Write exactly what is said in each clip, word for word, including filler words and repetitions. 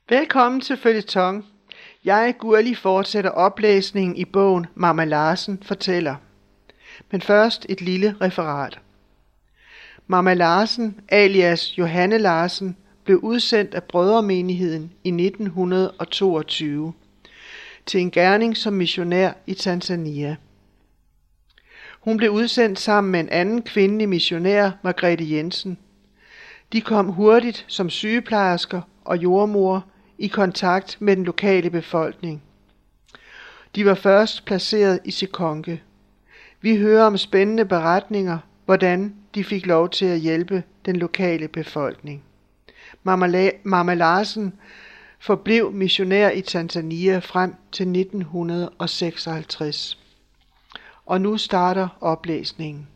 Velkommen til Føljeton. Jeg, Gurli, fortsætter oplæsningen i bogen Mamma Larsen fortæller. Men først et lille referat. Mamma Larsen, alias Johanne Larsen, blev udsendt af Brødremenigheden i nitten toogtyve til en gerning som missionær i Tanzania. Hun blev udsendt sammen med en anden kvindelig missionær, Margrethe Jensen. De kom hurtigt som sygeplejersker og jordmor i kontakt med den lokale befolkning. De var først placeret i Sikonge. Vi hører om spændende beretninger, hvordan de fik lov til at hjælpe den lokale befolkning. Mamma, La- Mamma Larsen forblev missionær i Tanzania frem til nitten seksoghalvtreds. Og nu starter oplæsningen.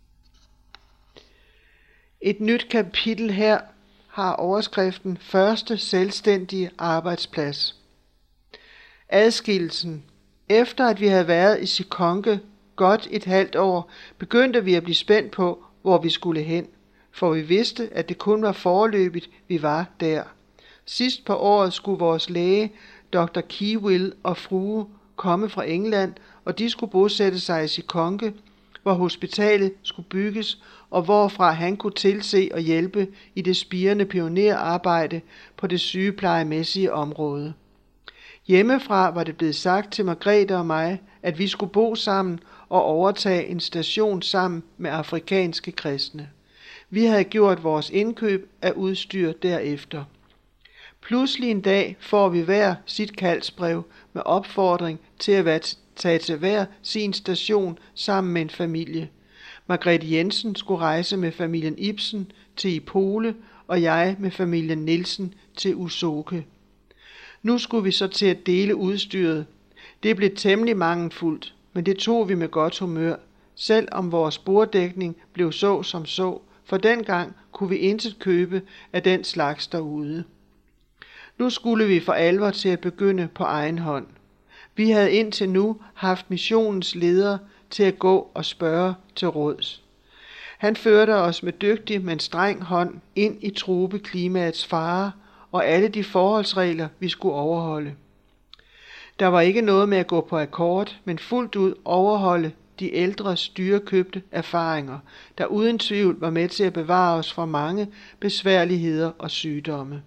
Et nyt kapitel her har overskriften Første selvstændige arbejdsplads. Adskillelsen. Efter at vi havde været i Sikonge godt et halvt år, begyndte vi at blive spændt på, hvor vi skulle hen, for vi vidste, at det kun var foreløbigt, vi var der. Sidst på året skulle vores læge, doktor Kewill og frue, komme fra England, og de skulle bosætte sig i Sikonge, hvor hospitalet skulle bygges, og hvorfra han kunne tilse og hjælpe i det spirende pionerarbejde på det sygeplejemæssige område. Hjemmefra var det blevet sagt til Margrethe og mig, at vi skulle bo sammen og overtage en station sammen med afrikanske kristne. Vi havde gjort vores indkøb af udstyr derefter. Pludselig en dag får vi hver sit kaldsbrev med opfordring til at tage til hver sin station sammen med en familie. Margrethe Jensen skulle rejse med familien Ibsen til Ipole, og jeg med familien Nielsen til Usoke. Nu skulle vi så til at dele udstyret. Det blev temmelig mangelfuldt, men det tog vi med godt humør, selvom vores borddækning blev så som så, for dengang kunne vi intet købe af den slags derude. Nu skulle vi for alvor til at begynde på egen hånd. Vi havde indtil nu haft missionens leder til at gå og spørge til råds. Han førte os med dygtig, men streng hånd ind i tropeklimaets farer og alle de forholdsregler, vi skulle overholde. Der var ikke noget med at gå på akkord, men fuldt ud overholde de ældres dyrekøbte erfaringer, der uden tvivl var med til at bevare os fra mange besværligheder og sygdomme.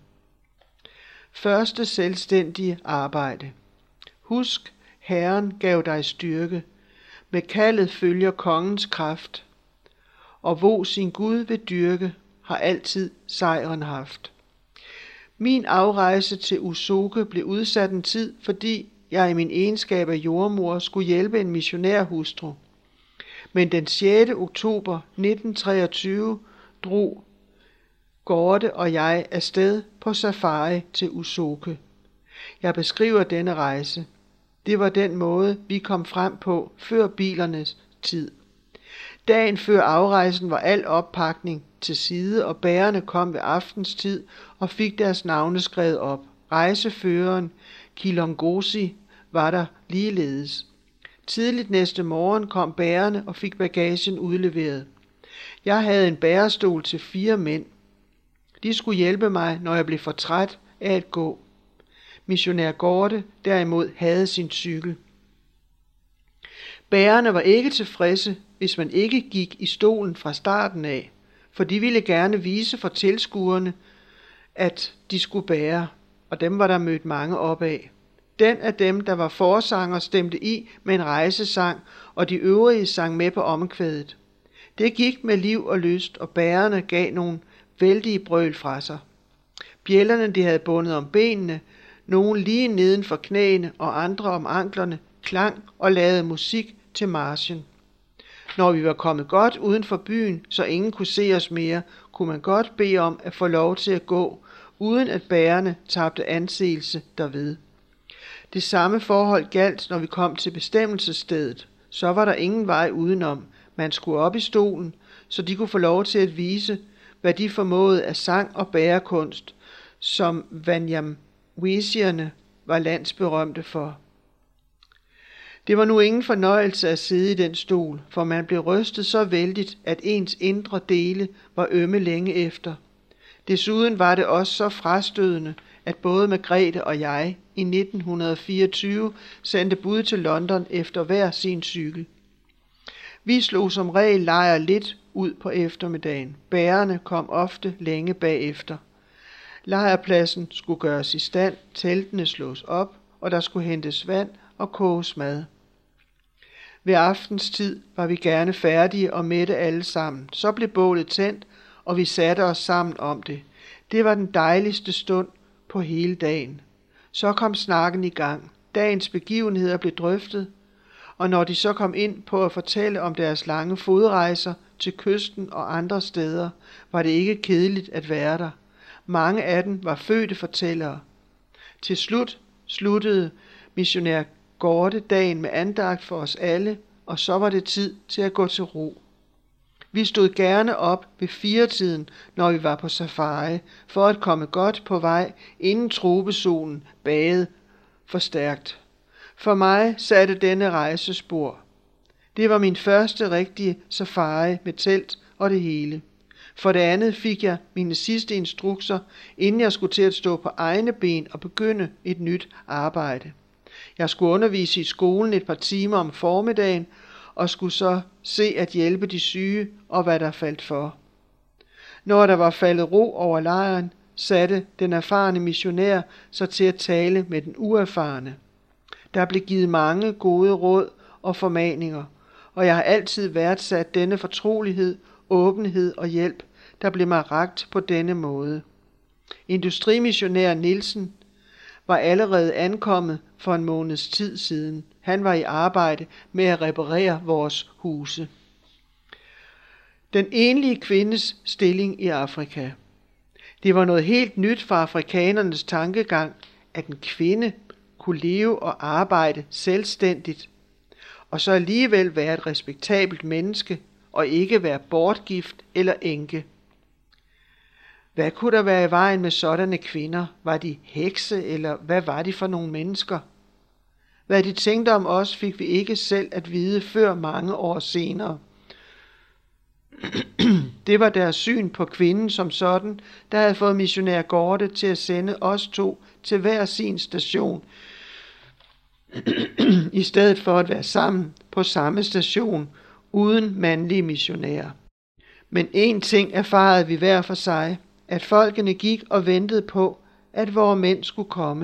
Første selvstændige arbejde. Husk, Herren gav dig styrke. Med kaldet følger kongens kraft. Og hvor sin Gud vil dyrke, har altid sejren haft. Min afrejse til Usoke blev udsat en tid, fordi jeg i min egenskab af jordmor skulle hjælpe en missionærhustru. Men den sjette oktober nitten treogtyve drog Gorte og jeg afsted på safari til Usoke. Jeg beskriver denne rejse. Det var den måde, vi kom frem på før bilernes tid. Dagen før afrejsen var al oppakning til side, og bærerne kom ved aftenstid og fik deres navne skrevet op. Rejseføreren, Kilongosi, var der ligeledes. Tidligt næste morgen kom bærerne og fik bagagen udleveret. Jeg havde en bærestol til fire mænd. De skulle hjælpe mig, når jeg blev for træt af at gå. Missionær Gorte derimod havde sin cykel. Bærerne var ikke tilfredse, hvis man ikke gik i stolen fra starten af, for de ville gerne vise for tilskuerne, at de skulle bære, og dem var der mødt mange op af. Den af dem, der var forsanger, stemte i med en rejsesang, og de øvrige sang med på omkvædet. Det gik med liv og lyst, og bærerne gav nogle vældige brøl fra sig. Bjællerne, de havde bundet om benene, nogle lige neden for knæene og andre om anklerne, klang og lavede musik til marchen. Når vi var kommet godt uden for byen, så ingen kunne se os mere, kunne man godt bede om at få lov til at gå, uden at bærerne tabte anseelse derved. Det samme forhold galt, når vi kom til bestemmelsesstedet. Så var der ingen vej udenom. Man skulle op i stolen, så de kunne få lov til at vise, hvad de formåede af sang og bærekunst, som Vanyamwesierne var landsberømte for. Det var nu ingen fornøjelse at sidde i den stol, for man blev rystet så vældigt, at ens indre dele var ømme længe efter. Desuden var det også så frastødende, at både Margrethe og jeg i nitten fireogtyve sendte bud til London efter hver sin cykel. Vi slog som regel lejr lidt ud på eftermiddagen. Bærerne kom ofte længe bagefter. Lejrpladsen skulle gøres i stand, teltene slås op, og der skulle hentes vand og koges mad. Ved aftenstid var vi gerne færdige og mætte alle sammen. Så blev bålet tændt, og vi satte os sammen om det. Det var den dejligste stund på hele dagen. Så kom snakken i gang. Dagens begivenheder blev drøftet, og når de så kom ind på at fortælle om deres lange fodrejser til kysten og andre steder, var det ikke kedeligt at være der. Mange af dem var fødte fortællere. Til slut sluttede missionær Gorte dagen med andagt for os alle, og så var det tid til at gå til ro. Vi stod gerne op ved firetiden, når vi var på safari, for at komme godt på vej, inden tropesolen bagede forstærkt. For mig satte denne rejse spor. Det var min første rigtige safari med telt og det hele. For det andet fik jeg mine sidste instrukser, inden jeg skulle til at stå på egne ben og begynde et nyt arbejde. Jeg skulle undervise i skolen et par timer om formiddagen, og skulle så se at hjælpe de syge og hvad der faldt for. Når der var faldet ro over lejren, satte den erfarne missionær sig til at tale med den uerfarne. Der blev givet mange gode råd og formaninger, og jeg har altid værdsat denne fortrolighed, åbenhed og hjælp, der blev mig rakt på denne måde. Industrimissionær Nielsen var allerede ankommet for en måneds tid siden. Han var i arbejde med at reparere vores huse. Den enlige kvindes stilling i Afrika. Det var noget helt nyt for afrikanernes tankegang, at en kvinde kunne leve og arbejde selvstændigt, og så alligevel være et respektabelt menneske og ikke være bortgift eller enke. Hvad kunne der være i vejen med sådanne kvinder? Var de hekse, eller hvad var de for nogle mennesker? Hvad de tænkte om os, fik vi ikke selv at vide før mange år senere. Det var deres syn på kvinden som sådan, der havde fået missionær Gorte til at sende os to til hver sin station, i stedet for at være sammen på samme station, uden mandlige missionærer. Men én ting erfarede vi hver for sig, at folkene gik og ventede på, at vores mænd skulle komme.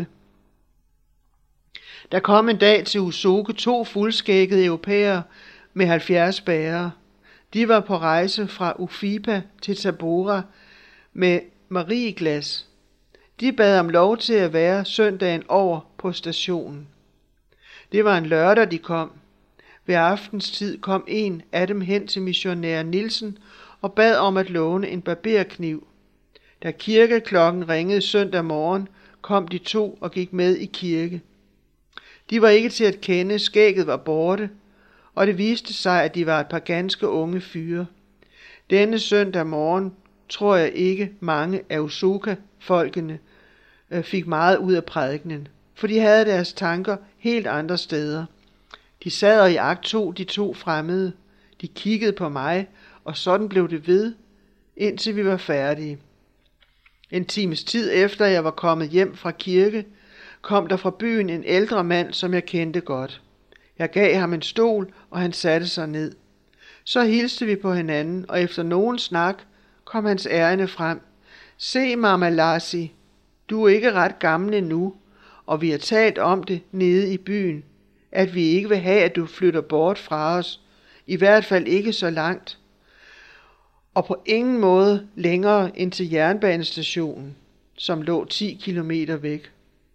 Der kom en dag til Usoke to fuldskæggede europæere med halvfjerds bærere. De var på rejse fra Ufipa til Tabora med marieglas. De bad om lov til at være søndagen over på stationen. Det var en lørdag, de kom. Ved aftenstid kom en af dem hen til missionær Nielsen og bad om at låne en barberkniv. Da kirkeklokken ringede søndag morgen, kom de to og gik med i kirke. De var ikke til at kende, skægget var borte, og det viste sig, at de var et par ganske unge fyre. Denne søndag morgen tror jeg ikke mange af Usoka-folkene fik meget ud af prædikenen, for de havde deres tanker helt andre steder. De sad og iagttog de to fremmede. De kiggede på mig, og sådan blev det ved, indtil vi var færdige. En times tid efter jeg var kommet hjem fra kirke, kom der fra byen en ældre mand, som jeg kendte godt. Jeg gav ham en stol, og han satte sig ned. Så hilste vi på hinanden, og efter nogen snak kom hans ærinde frem. Se, Mama Lassi, du er ikke ret gammel endnu, og vi har talt om det nede i byen, at vi ikke vil have, at du flytter bort fra os, i hvert fald ikke så langt, og på ingen måde længere end til jernbanestationen, som lå ti kilometer væk.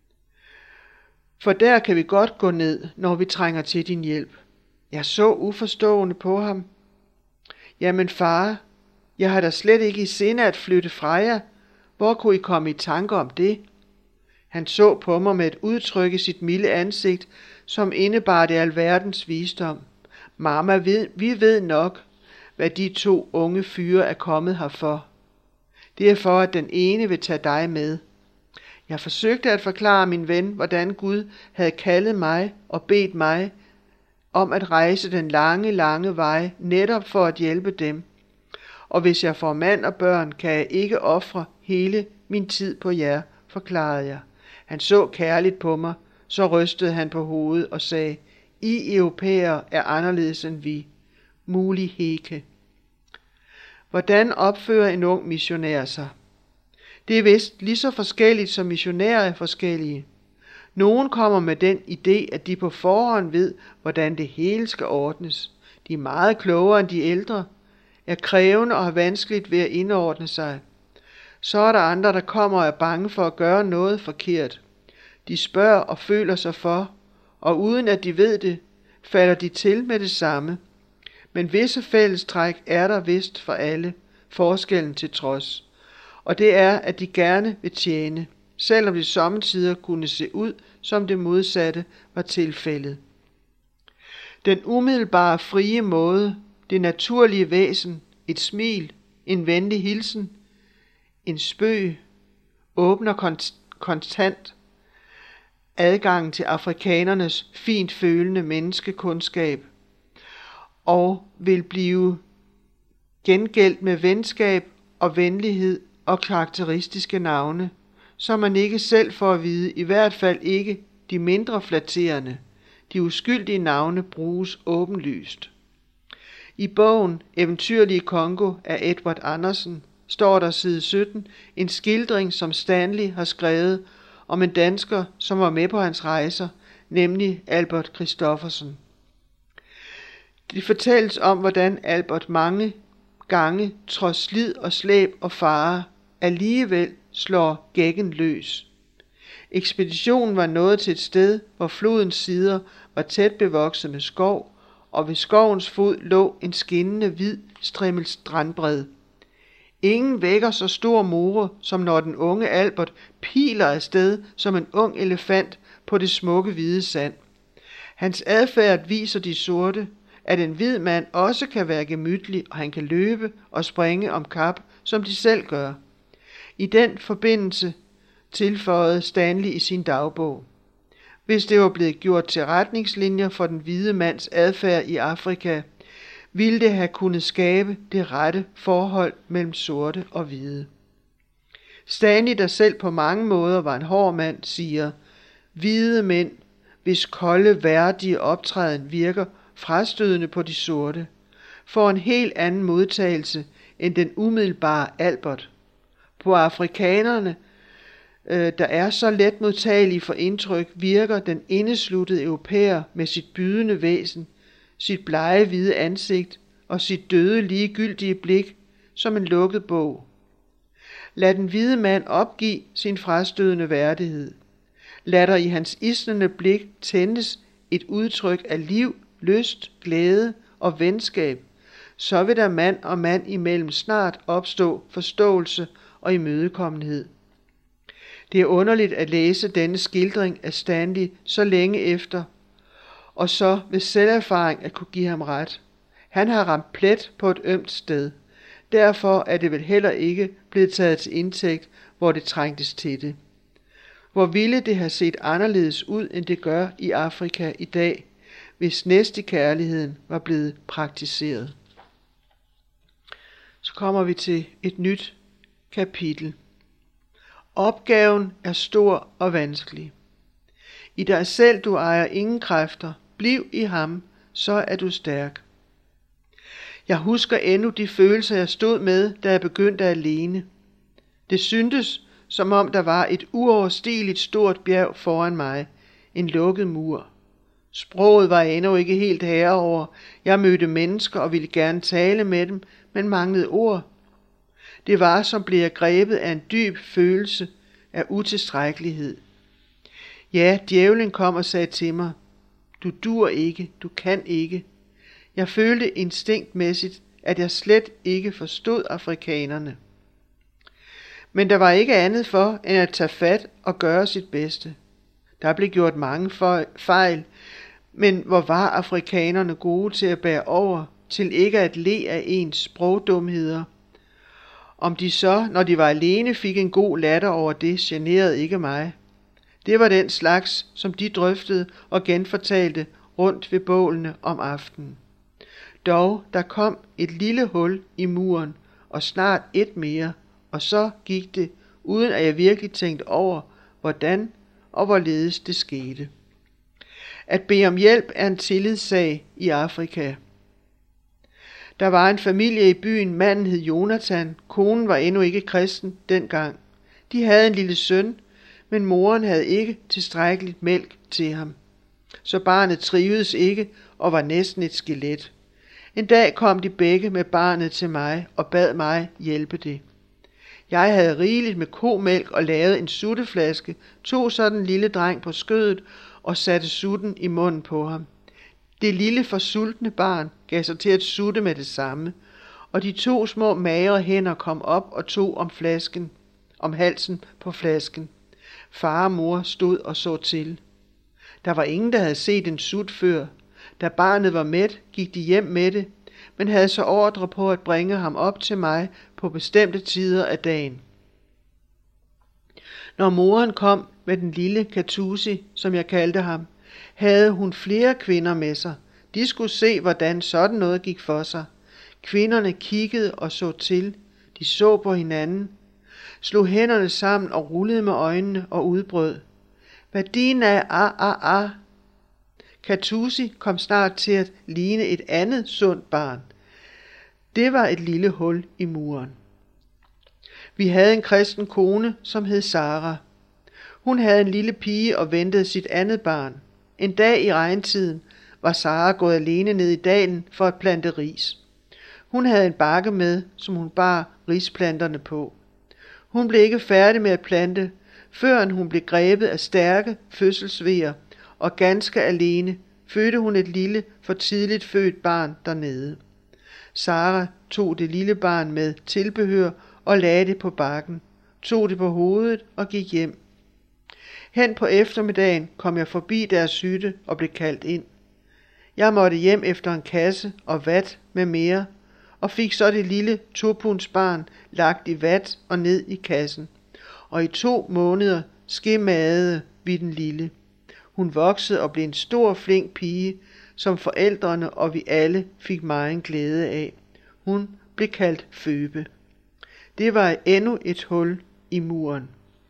For der kan vi godt gå ned, når vi trænger til din hjælp. Jeg så uforstående på ham. Jamen far, jeg har da slet ikke i sinde at flytte fra jer. Hvor kunne I komme i tanker om det? Han så på mig med et udtryk i sit milde ansigt, som indebar det alverdens visdom. Mamma, ved, vi ved nok, hvad de to unge fyre er kommet herfor. Det er for, at den ene vil tage dig med. Jeg forsøgte at forklare min ven, hvordan Gud havde kaldet mig og bedt mig om at rejse den lange, lange vej, netop for at hjælpe dem. og hvis jeg får mand og børn, kan jeg ikke ofre hele min tid på jer, forklarede jeg. Han så kærligt på mig, så rystede han på hovedet og sagde, I europæere er anderledes end vi. Mulig heke. Hvordan opfører en ung missionær sig? Det er vist lige så forskelligt, som missionærer er forskellige. Nogen kommer med den idé, at de på forhånd ved, hvordan det hele skal ordnes. De er meget klogere end de ældre, er krævende og har vanskeligt ved at indordne sig. Så er der andre, der kommer og er bange for at gøre noget forkert. De spørger og føler sig for, og uden at de ved det, falder de til med det samme. Men visse fællestræk er der vist for alle, forskellen til trods. Og det er, at de gerne vil tjene, selvom det sommetider kunne se ud, som det modsatte var tilfældet. Den umiddelbare frie måde, det naturlige væsen, et smil, en venlig hilsen, en spøg, åbner kont- konstant adgangen til afrikanernes fint følende menneskekundskab, og vil blive gengældt med venskab og venlighed og karakteristiske navne, som man ikke selv får at vide, i hvert fald ikke de mindre flatterende. De uskyldige navne bruges åbenlyst. I bogen Eventyrlige Congo af Edward Andersen står der side sytten en skildring, som Stanley har skrevet om en dansker, som var med på hans rejser, nemlig Albert Christoffersen. Det fortælles om, hvordan Albert mange gange, trods slid og slæb og fare, alligevel slår gækken løs. Ekspeditionen var nået til et sted, hvor flodens sider var tæt bevokset med skov, og ved skovens fod lå en skinnende hvid strimmel strandbred. Ingen vækker så stor more, som når den unge Albert piler afsted som en ung elefant på det smukke hvide sand. Hans adfærd viser de sorte, at en hvid mand også kan være gemytlig, og han kan løbe og springe om kap, som de selv gør. I den forbindelse tilføjede Stanley i sin dagbog: Hvis det var blevet gjort til retningslinjer for den hvide mands adfærd i Afrika, ville det have kunnet skabe det rette forhold mellem sorte og hvide. Stanley, der selv på mange måder var en hård mand, siger: hvide mænd, hvis kolde, værdige optræden virker frastødende på de sorte, får en helt anden modtagelse end den umiddelbare Albert. På afrikanerne, øh, der er så let modtagelige for indtryk, virker den indesluttede europæer med sit bydende væsen, sit blege hvide ansigt og sit døde ligegyldige blik som en lukket bog. Lad den hvide mand opgive sin frastødende værdighed. Lad der i hans isnende blik tændes et udtryk af liv, lyst, glæde og venskab, så vil der mand og mand imellem snart opstå forståelse og imødekommenhed. Det er underligt at læse denne skildring af Stanley så længe efter, og så ved selverfaring at kunne give ham ret. Han har ramt plet på et ømt sted. Derfor er det vel heller ikke blevet taget til indtægt, hvor det trængtes til det. Hvor ville det have set anderledes ud, end det gør i Afrika i dag, hvis næstekærligheden var blevet praktiseret. Så kommer vi til et nyt kapitel. Opgaven er stor og vanskelig. I dig selv du ejer ingen kræfter. Bliv i ham, så er du stærk. Jeg husker endnu de følelser, jeg stod med, da jeg begyndte alene. Det syntes, som om der var et uoverstigeligt stort bjerg foran mig, en lukket mur. Sproget var jeg endnu ikke helt herre over. Jeg mødte mennesker og ville gerne tale med dem, men manglede ord. Det var, som blev jeg grebet af en dyb følelse af utilstrækkelighed. Ja, djævlen kom og sagde til mig: du dur ikke, du kan ikke. Jeg følte instinktmæssigt, at jeg slet ikke forstod afrikanerne. Men der var ikke andet for, end at tage fat og gøre sit bedste. Der blev gjort mange fejl, men hvor var afrikanerne gode til at bære over, til ikke at le af ens sprogdumheder. Om de så, når de var alene, fik en god latter over det, generede ikke mig. Det var den slags, som de drøftede og genfortalte rundt ved bålene om aftenen. Dog, der kom et lille hul i muren, og snart et mere, og så gik det, uden at jeg virkelig tænkte over, hvordan og hvorledes det skete. At bede om hjælp er en tillidssag i Afrika. Der var en familie i byen, manden hed Jonathan, konen var endnu ikke kristen dengang. De havde en lille søn, men moren havde ikke tilstrækkeligt mælk til ham. Så barnet trivedes ikke og var næsten et skelet. En dag kom de begge med barnet til mig og bad mig hjælpe det. Jeg havde rigeligt med komælk og lavede en sutteflaske, tog så den lille dreng på skødet og satte sutten i munden på ham. Det lille forsultne barn gav sig til at sutte med det samme, og de to små magre hænder kom op og tog om flasken, om halsen på flasken. Far og mor stod og så til. Der var ingen, der havde set en sut før. Da barnet var mæt, gik de hjem med det, men havde så ordre på at bringe ham op til mig på bestemte tider af dagen. Når moren kom med den lille Katusi, som jeg kaldte ham, havde hun flere kvinder med sig. De skulle se, hvordan sådan noget gik for sig. Kvinderne kiggede og så til. De så på hinanden, slog hænderne sammen og rullede med øjnene og udbrød: Badina, ah, ah, ah. Katusi kom snart til at ligne et andet sundt barn. Det var et lille hul i muren. Vi havde en kristen kone, som hed Sara. Hun havde en lille pige og ventede sit andet barn. En dag i regntiden var Sara gået alene ned i dalen for at plante ris. Hun havde en bakke med, som hun bar risplanterne på. Hun blev ikke færdig med at plante, før hun blev grebet af stærke fødselsvejer, og ganske alene fødte hun et lille, for tidligt født barn dernede. Sara tog det lille barn med tilbehør og lagde det på bakken, tog det på hovedet og gik hjem. Hen på eftermiddagen kom jeg forbi deres hytte og blev kaldt ind. Jeg måtte hjem efter en kasse og vat med mere, og fik så det lille topunds barn lagt i vat og ned i kassen. Og i to måneder skemagede vi den lille. Hun voksede og blev en stor, flink pige, som forældrene og vi alle fik megen glæde af. Hun blev kaldt Føbe. Det var endnu et hul i muren.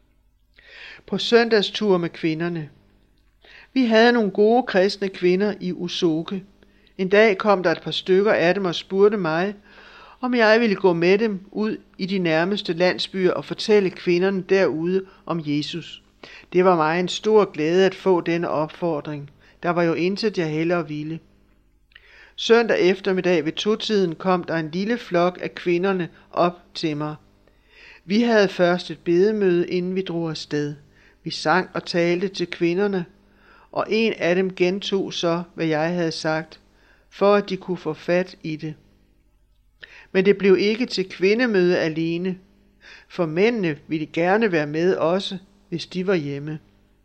På søndagstur med kvinderne. Vi havde nogle gode kristne kvinder i Usoke. En dag kom der et par stykker af dem og spurgte mig, om jeg ville gå med dem ud i de nærmeste landsbyer og fortælle kvinderne derude om Jesus. Det var mig en stor glæde at få denne opfordring. Der var jo intet, jeg hellere ville. Søndag eftermiddag ved totiden kom der en lille flok af kvinderne op til mig. Vi havde først et bedemøde, inden vi drog afsted. Vi sang og talte til kvinderne, og en af dem gentog så, hvad jeg havde sagt, for at de kunne få fat i det. Men det blev ikke til kvindemøde alene, for mændene ville gerne være med også, hvis de var hjemme.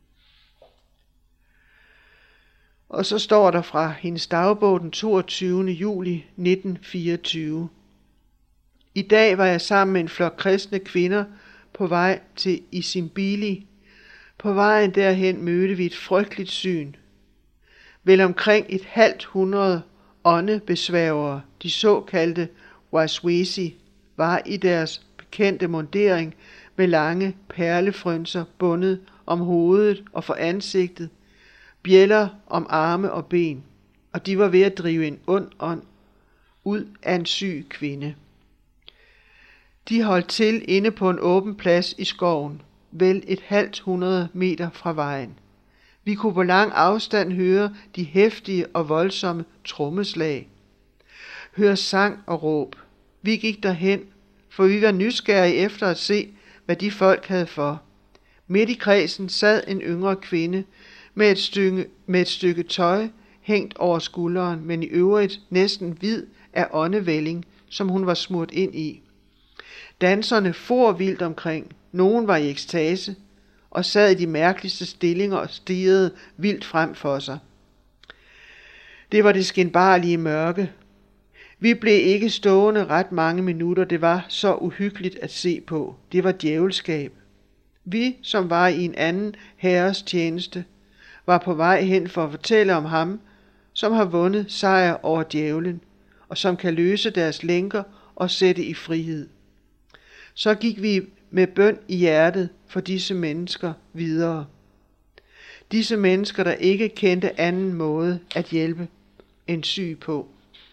Og så står der fra hendes dagbog den toogtyvende juli nitten fireogtyve. I dag var jeg sammen med en flok kristne kvinder på vej til Isimbili. På vejen derhen mødte vi et frygteligt syn. Vel omkring et halvt hundrede åndebesværgere, de såkaldte Waswesi, var i deres bekendte mundering med lange perlefrønser bundet om hovedet og for ansigtet, bjælder om arme og ben, og de var ved at drive en ond ånd ud af en syg kvinde. De holdt til inde på en åben plads i skoven, vel et halvt hundrede meter fra vejen. Vi kunne på lang afstand høre de heftige og voldsomme trommeslag. Høre sang og råb. Vi gik derhen, for vi var nysgerrige efter at se, hvad de folk havde for. Midt i kredsen sad en yngre kvinde med et stykke, med et stykke tøj hængt over skulderen, men i øvrigt næsten hvid af åndevælling, som hun var smurt ind i. Danserne for vildt omkring. Nogen var i ekstase og sad i de mærkeligste stillinger og stirrede vildt frem for sig. Det var det skinbarlige mørke. Vi blev ikke stående ret mange minutter. Det var så uhyggeligt at se på. Det var djævelskab. Vi, som var i en anden herres tjeneste, var på vej hen for at fortælle om ham, som har vundet sejr over djævlen, og som kan løse deres lænker og sætte i frihed. Så gik vi med bøn i hjertet for disse mennesker videre. Disse mennesker, der ikke kendte anden måde at hjælpe en syg på.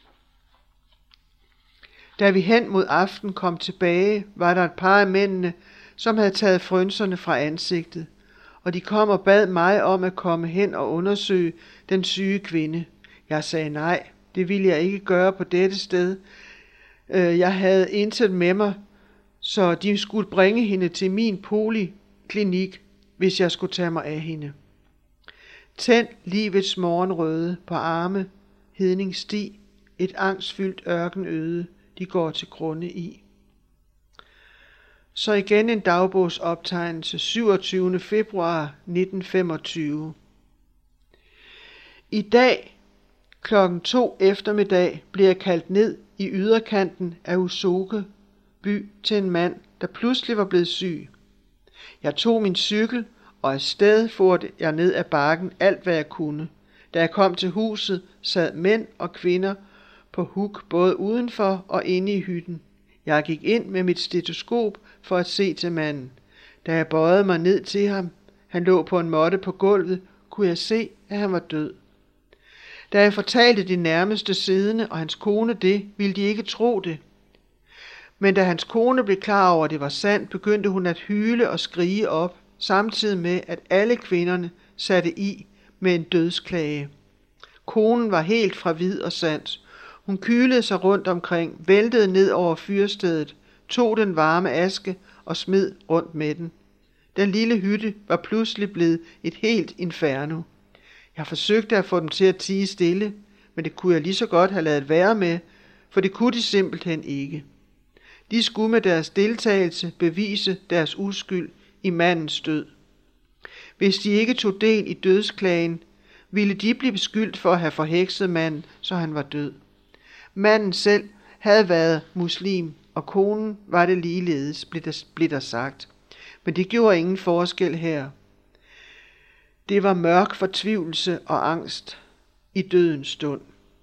Da vi hen mod aften kom tilbage, var der et par af mændene, som havde taget frynserne fra ansigtet, og de kom og bad mig om at komme hen og undersøge den syge kvinde. Jeg sagde nej, det ville jeg ikke gøre på dette sted. Jeg havde intet med mig, så de skulle bringe hende til min poliklinik, hvis jeg skulle tage mig af hende. Tænd livets morgenrøde på arme, hedning sti, et angstfyldt ørkenøde, de går til grunde i. Så igen en dagbogsoptegnelse, syvogtyvende februar nitten femogtyve. I dag klokken to eftermiddag blev jeg kaldt ned i yderkanten af Usoke by til en mand, der pludselig var blevet syg. Jeg tog min cykel, og afsted forte jeg ned ad bakken alt hvad jeg kunne. Da jeg kom til huset, sad mænd og kvinder på huk både udenfor og inde i hytten. Jeg gik ind med mit stetoskop for at se til manden. Da jeg bøjede mig ned til ham, han lå på en måtte på gulvet, kunne jeg se, at han var død. Da jeg fortalte de nærmeste siddende og hans kone det, ville de ikke tro det. Men da hans kone blev klar over, at det var sandt, begyndte hun at hyle og skrige op, samtidig med, at alle kvinderne satte i med en dødsklage. Konen var helt fra vid og sans. Hun kylede sig rundt omkring, væltede ned over fyrstedet, tog den varme aske og smed rundt med den. Den lille hytte var pludselig blevet et helt inferno. Jeg forsøgte at få dem til at tie stille, men det kunne jeg lige så godt have ladet være med, for det kunne de simpelthen ikke. De skulle med deres deltagelse bevise deres uskyld i mandens død. Hvis de ikke tog del i dødsklagen, ville de blive beskyldt for at have forhekset manden, så han var død. Manden selv havde været muslim, og konen var det ligeledes, blev der sagt. Men det gjorde ingen forskel her. Det var mørk fortvivlelse og angst i dødens stund.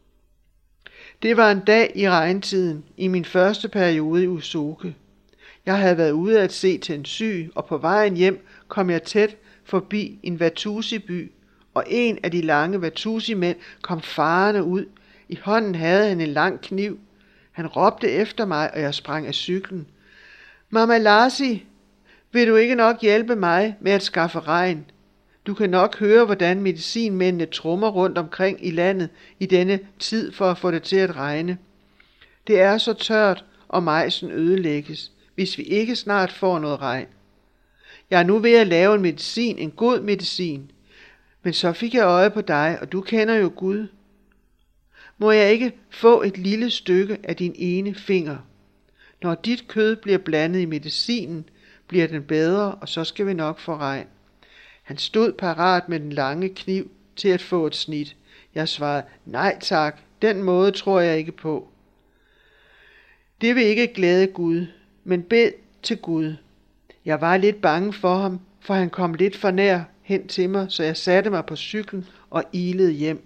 Det var en dag i regntiden i min første periode i Usoke. Jeg havde været ude at se til en syg, og på vejen hjem kom jeg tæt forbi en Watusi-by, og en af de lange Watusi-mænd kom farende ud. I hånden havde han en lang kniv. Han råbte efter mig, og jeg sprang af cyklen. Mama Lassi, vil du ikke nok hjælpe mig med at skaffe regn? Du kan nok høre, hvordan medicinmændene trommer rundt omkring i landet i denne tid for at få det til at regne. Det er så tørt, og majsen ødelægges, hvis vi ikke snart får noget regn. Jeg er nu ved at lave en medicin, en god medicin, men så fik jeg øje på dig, og du kender jo Gud. Må jeg ikke få et lille stykke af din ene finger? Når dit kød bliver blandet i medicinen, bliver den bedre, og så skal vi nok få regn. Han stod parat med den lange kniv til at få et snit. Jeg svarede, nej tak, den måde tror jeg ikke på. Det vil ikke glæde Gud, men bed til Gud. Jeg var lidt bange for ham, for han kom lidt for nær hen til mig, så jeg satte mig på cyklen og ilede hjem.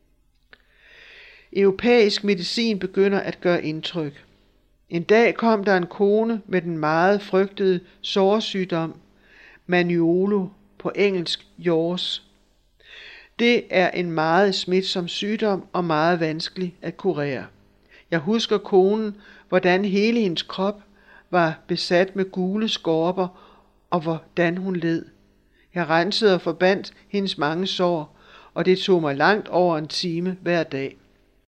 Europæisk medicin begynder at gøre indtryk. En dag kom der en kone med den meget frygtede sårsygdom, Maniolo, på engelsk Jaws. Det er en meget smitsom sygdom og meget vanskelig at kurere. Jeg husker konen, hvordan hele hendes krop var besat med gule skorper, og hvordan hun led. Jeg rensede og forbandt hendes mange sår, og det tog mig langt over en time hver dag.